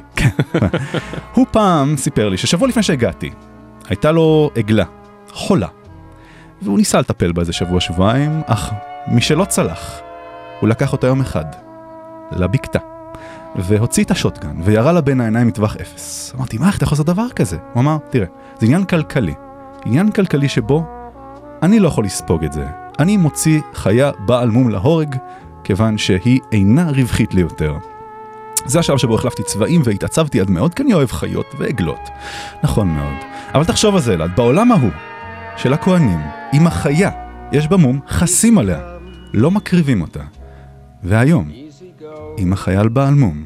הוא פעם סיפר לי ששבוע לפני שהגעתי, הייתה לו עגלה, חולה, והוא ניסה לטפל בה איזה שבוע שבועיים, אך משלא צלח, הוא לקח אותה יום אחד, לבקתה, והוציא את השוטגן, וירה לה בין העיניים מטווח אפס. אמרתי, מה, איך אתה יכול לעשות דבר כזה? הוא אמר, תראה, זה עניין כלכלי, עניין כלכלי שבו אני לא יכול לספוג את זה. אני מוציא חיה בעל מום להורג, כיוון שהיא אינה רווחית לי יותר. זה השלב שבו החלפתי צבעים והתעצבתי עד מאוד, כי אני אוהב חיות ועגלות. נכון מאוד. אבל תחשוב על זה, אלעד, בעולם ההוא של הכהנים, אם החיה יש בה מום, חסים עליה, לא מקריבים אותה. והיום, אם החייל בעל מום,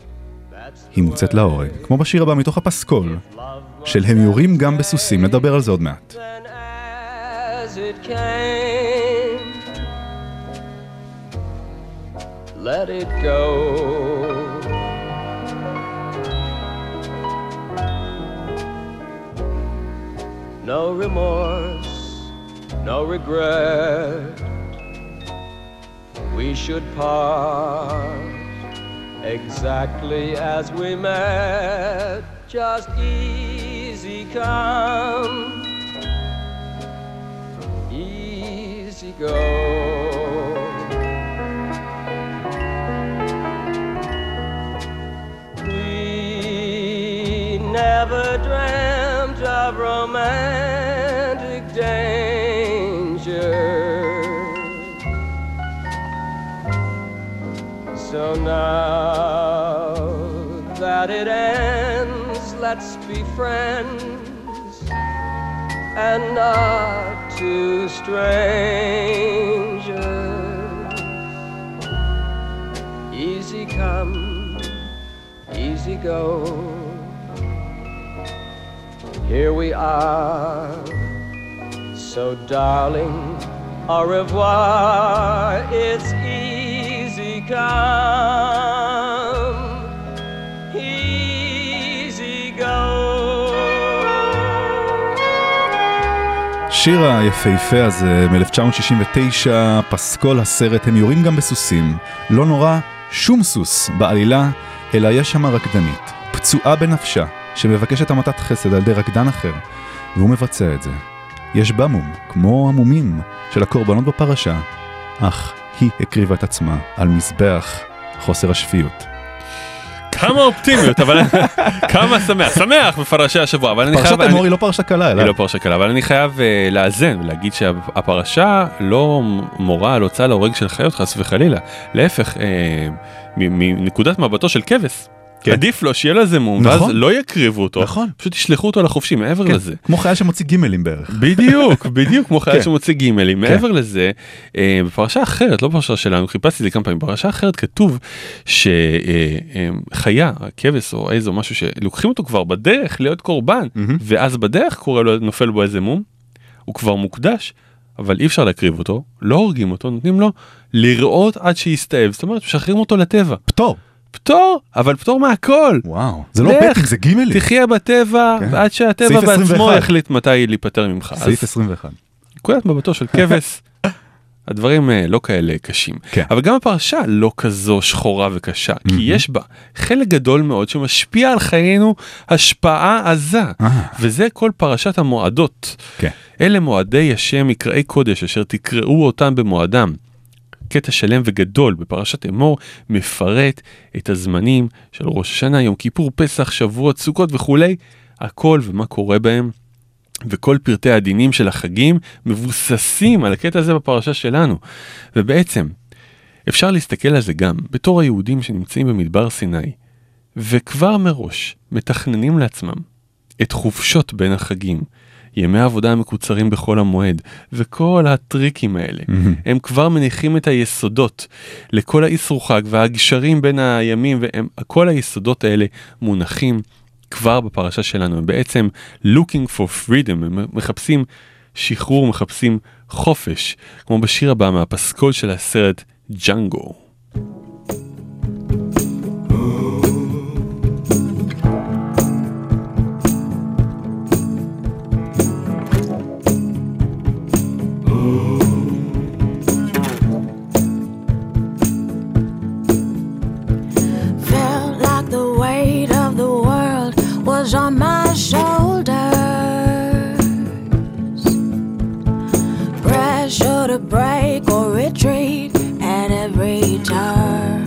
היא מוצאת להורג, כמו בשיר הבא מתוך הפסקול, של הם יורים גם בסוסים, נדבר על זה עוד מעט. Then as it came, let it go. No remorse, no regret. We should part exactly as we met. Just easy come, easy go. We never dreamt of romantic danger, so now that it ends, let's be friends and not two strangers. Easy come, easy go. Here we are, so darling, au revoir. It's easy come, easy go. שיר היפהפה הזה מ-אלף תשע מאות שישים ותשע, פסקול הסרט הם יורים גם בסוסים. לא נורא שום סוס בעלילה, אלא יש שם רקדנית, פצועה בנפשה, שמבקשת המתת חסד על ידי רקדן אחר, והוא מבצע את זה. יש בה מום, כמו המומים של הקורבנות בפרשה, אך היא הקריבה את עצמה על מזבח חוסר השפיות. כמה אופטימיות, אבל כמה שמח, שמח בפרשי השבוע, אבל אני חייב... פרשת אמור היא לא פרשה קלה, אלא... היא לא פרשה קלה, אבל אני חייב לאזן ולהגיד שהפרשה לא מורה על הוצאה להורג של חיות חס וחלילה, להפך, מנקודת מבטו של כבש. עדיף לו שיהיה לו איזה מום, ואז לא יקריבו אותו, פשוט ישלחו אותו לחופשי מעבר לזה. כמו חיה שמוציא גימלים בערך. בדיוק, בדיוק כמו חיה שמוציא גימלים. מעבר לזה, בפרשה אחרת, לא בפרשה שלנו, חיפשתי את זה כמה פעמים, בפרשה אחרת כתוב שחיה, כבש או איזו משהו שלוקחים אותו כבר בדרך להיות קורבן, ואז בדרך קורה לו, נופל בו איזה מום, הוא כבר מוקדש, אבל אי אפשר להקריב אותו, לא הורגים אותו, נותנים לו לראות עד שיסתאב, זאת אומרת, משחררים אותו לטבע. פטור. פטור, אבל פטור מהכל. וואו, זה לא בטים, זה גימלים. תחיה בטבע, ועד שהטבע בעצמו יחליט מתי להיפטר ממך. סעיף עשרים ואחת. נקודת מבטו של כבש, הדברים לא כאלה קשים. אבל גם הפרשה לא כזו שחורה וקשה, כי יש בה חלק גדול מאוד שמשפיע על חיינו השפעה עזה. וזה כל פרשת המועדות. אלה מועדי השם מקראי קודש, אשר תקראו אותם במועדם. קטע שלם וגדול בפרשת אמור מפרט את הזמנים של ראש השנה, יום כיפור, פסח, שבועות, סוכות וכולי, הכל ומה קורה בהם, וכל פרטי הדינים של החגים מבוססים על הקטע הזה בפרשה שלנו. ובעצם אפשר להסתכל על זה גם בתור היהודים שנמצאים במדבר סיני, וכבר מראש מתכננים לעצמם את חופשות בין החגים, ימי העבודה המקוצרים בכל המועד, וכל הטריקים האלה, mm-hmm. הם כבר מניחים את היסודות לכל האיסור חג והגשרים בין הימים, וכל היסודות האלה מונחים כבר בפרשה שלנו. הם בעצם looking for freedom, הם מחפשים שחרור, מחפשים חופש, כמו בשיר הבא מהפסקול של הסרט ג'אנגו. On my shoulders, pressure to break or retreat at every turn,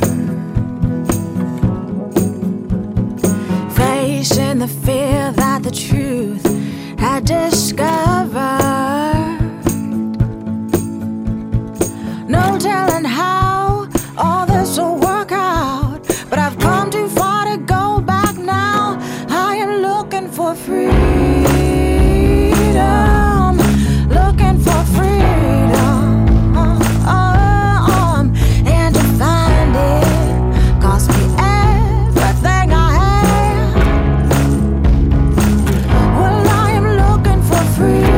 facing the fear that the truth had discovered. No telling how all this will work out, but I've come too far to go back now. Looking for freedom, looking for freedom, um, and to find it cost me everything I had. Well, I am looking for freedom.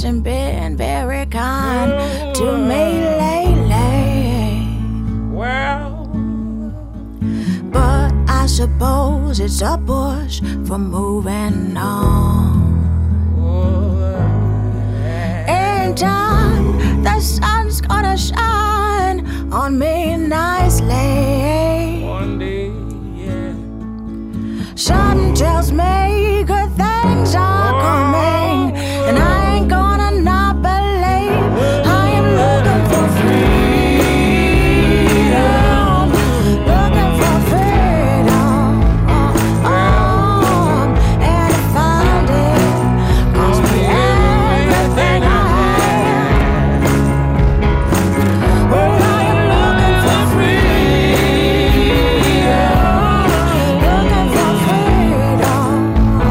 hasn't been very kind to me lately. Well, but I suppose it's a push for moving on. In time, the sun's gonna shine on me nicely. one day, yeah. Something tells me good things are coming, and I ain't gonna not believe. I am looking for freedom, looking for freedom, oh, oh, and to find it cost me everything I have. Well, I am looking for freedom, looking for freedom, oh,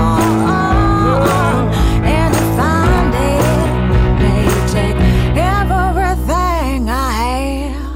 oh, and to find it may take everything I have.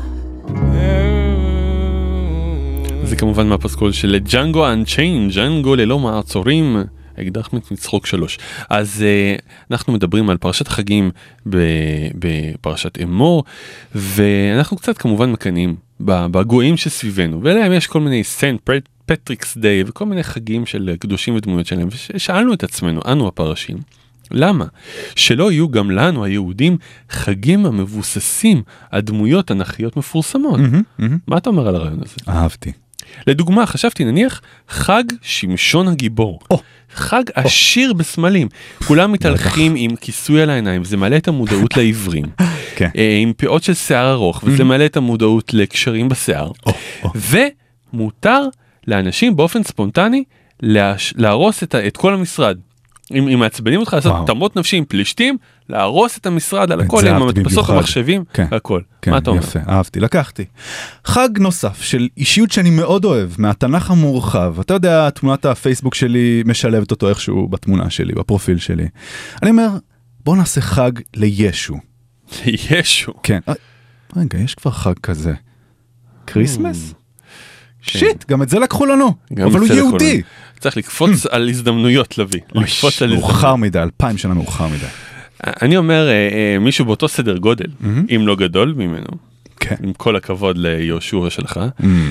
זה כמובן מהפסקול של ג'אנגו אנצ'יין, ג'אנגו ללא מעצורים, אקדח מצחוק שלוש. אז uh, אנחנו מדברים על פרשת החגים בפרשת אמור, ואנחנו קצת כמובן מקנים בגויים שסביבנו, ולהם יש כל מיני סנט פטריקס דיי, וכל מיני חגים של קדושים ודמויות שלהם, ושאלנו את עצמנו, אנו הפרשים, למה? שלא יהיו גם לנו היהודים חגים המבוססים על דמויות תנ"כיות מפורסמות. מה אתה אומר על הרעיון הזה? אהבתי. לדוגמה, חשבתי, נניח חג שמשון הגיבור. חג עשיר בסמלים. כולם מתהלכים עם כיסוי על העיניים, זה מעלה את המודעות לעברים. עם פאות של שיער ארוך, וזה מעלה את המודעות לקשרים בשיער. ומותר לאנשים באופן ספונטני להרוס את כל המשרד. אם מעצבנים אותך לעשות תמות נפשי עם פלישתים, להרוס את המשרד על הכל, עם המדפסות המחשבים, הכל. מה אתה אומר? יפה, אהבתי, לקחתי. חג נוסף של אישיות שאני מאוד אוהב, מהתנ"ך המורחב. אתה יודע, תמונת הפייסבוק שלי משלבת אותו איכשהו בתמונה שלי, בפרופיל שלי. אני אומר, בוא נעשה חג לישו. לישו? כן. רגע, יש כבר חג כזה. קריסמס? שיט, גם את זה לקחו לנו. אבל הוא יהודי. צריך לקפוץ על הזדמנויות להביא. לקפוץ על הזדמנויות. מאוחר מדי, אלפיים שנה מאוחר מדי. אני אומר, מישהו באותו סדר גודל, אם לא גדול ממנו, עם כל הכבוד ליהושע שלך,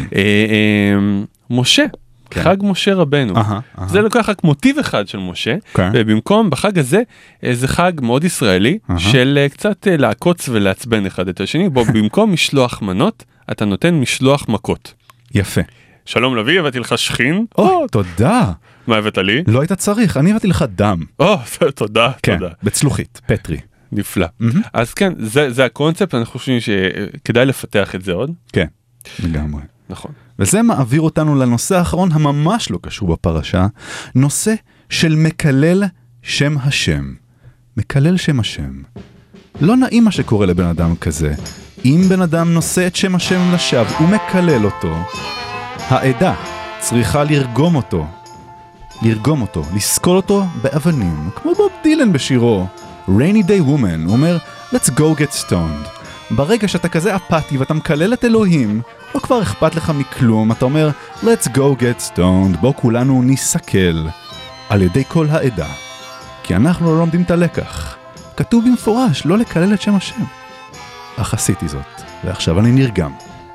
משה, חג משה רבנו. זה לוקח רק מוטיב אחד של משה, ובמקום בחג הזה, זה חג מאוד ישראלי, של קצת לעקוץ ולעצבן אחד את השני, בו במקום משלוח מנות, אתה נותן משלוח מכות. יפה. שלום לוי, הבאתי לך שכין. או, תודה. מה הבאת לי? לא היית צריך, אני הבאתי לך דם. או, תודה, תודה. בצלוחית, פטרי. נפלא. אז כן, זה הקונספט, אני חושב שכדאי לפתח את זה עוד. כן, לגמרי. נכון. וזה מעביר אותנו לנושא האחרון הממש לא קשור בפרשה, נושא של מקלל שם השם. מקלל שם השם. לא נעים מה שקורה לבן אדם כזה. אם בן אדם נושא את שם השם לשווא ומקלל אותו, העדה צריכה לרגום אותו, לרגום אותו, לסקול אותו באבנים, כמו בוב דילן בשירו, Rainy Day Woman, הוא אומר, Let's go get stoned. ברגע שאתה כזה אפתי ואתה מקלל את אלוהים, לא כבר אכפת לך מכלום, אתה אומר, Let's go get stoned, בוא כולנו נסקל, על ידי כל העדה, כי אנחנו לא לומדים את הלקח. כתוב במפורש, לא לקלל את שם השם. אך עשיתי זאת, ועכשיו אני נרגם.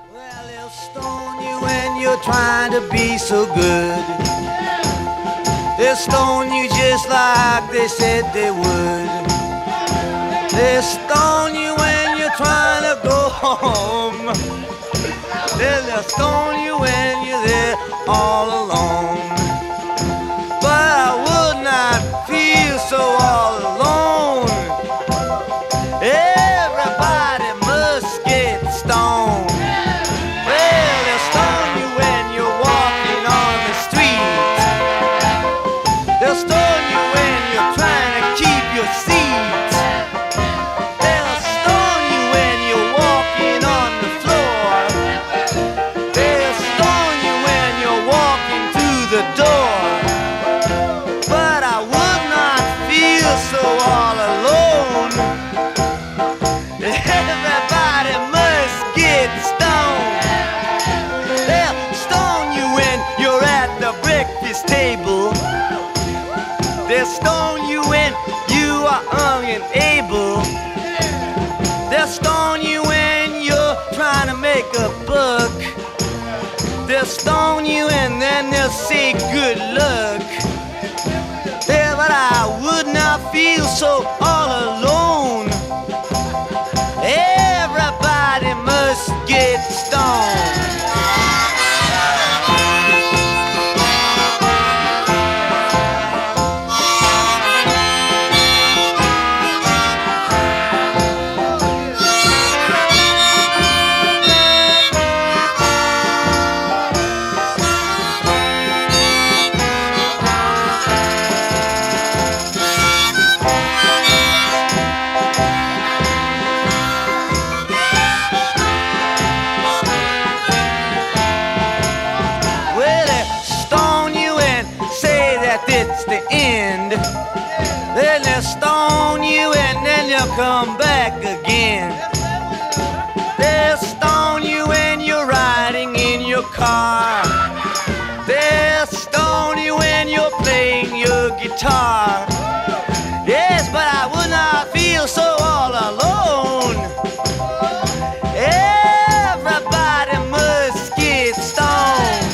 You're trying to be so good. They'll stone you just like they said they would. They'll stone you when you're trying to go home. They'll stone you when you're there all alone. But I would not feel so all alone. Everybody must get stoned. Stone you you when you are young and able. They'll stone you when you're trying to make a buck. They'll stone you and then they'll say good luck. Yeah, but I would not feel so all alone. Everybody must get stoned. It's the end. Then they'll stone you and then you'll come back again. They'll stone you when you're riding in your car. They'll stone you when you're playing your guitar. Yes, but I would not feel so all alone. Everybody must get stoned.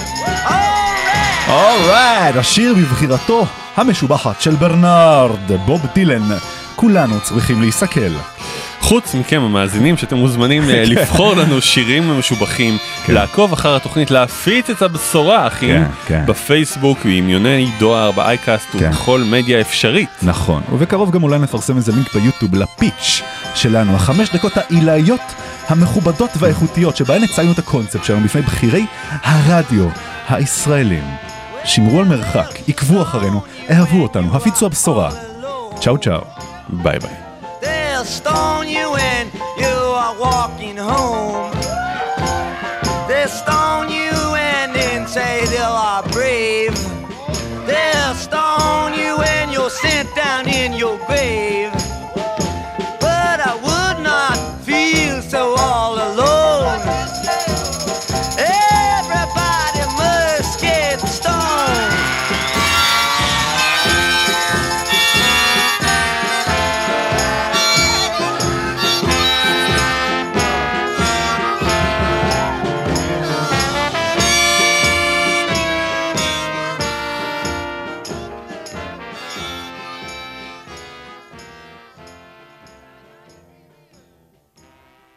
אורייט, השיר בבחירתו המשובחת של ברנארד, בוב דילן. כולנו צריכים להיסקל. חוץ מכם המאזינים שאתם מוזמנים לבחור לנו שירים משובחים, לעקוב אחר התוכנית, להפיץ את הבשורה אחים בפייסבוק ועמיוני דואר, באייקאסט ובכל מדיה אפשרית. נכון, ובקרוב גם אולי נפרסם איזה לינק ביוטיוב לפיץ' שלנו, החמש דקות העילאיות המכובדות והאיכותיות שבהן הצגנו את הקונספט שלנו בפני בחירי הרדיו הישראלים. שמרו על מרחק, עקבו אחרינו, אהבו אותנו, הפיצו הבשורה. צ'או צ'או. ביי ביי. They'll stone you when you are walking home. They'll stone you and then say they are brave. They'll stone you when you're sent down in your grave.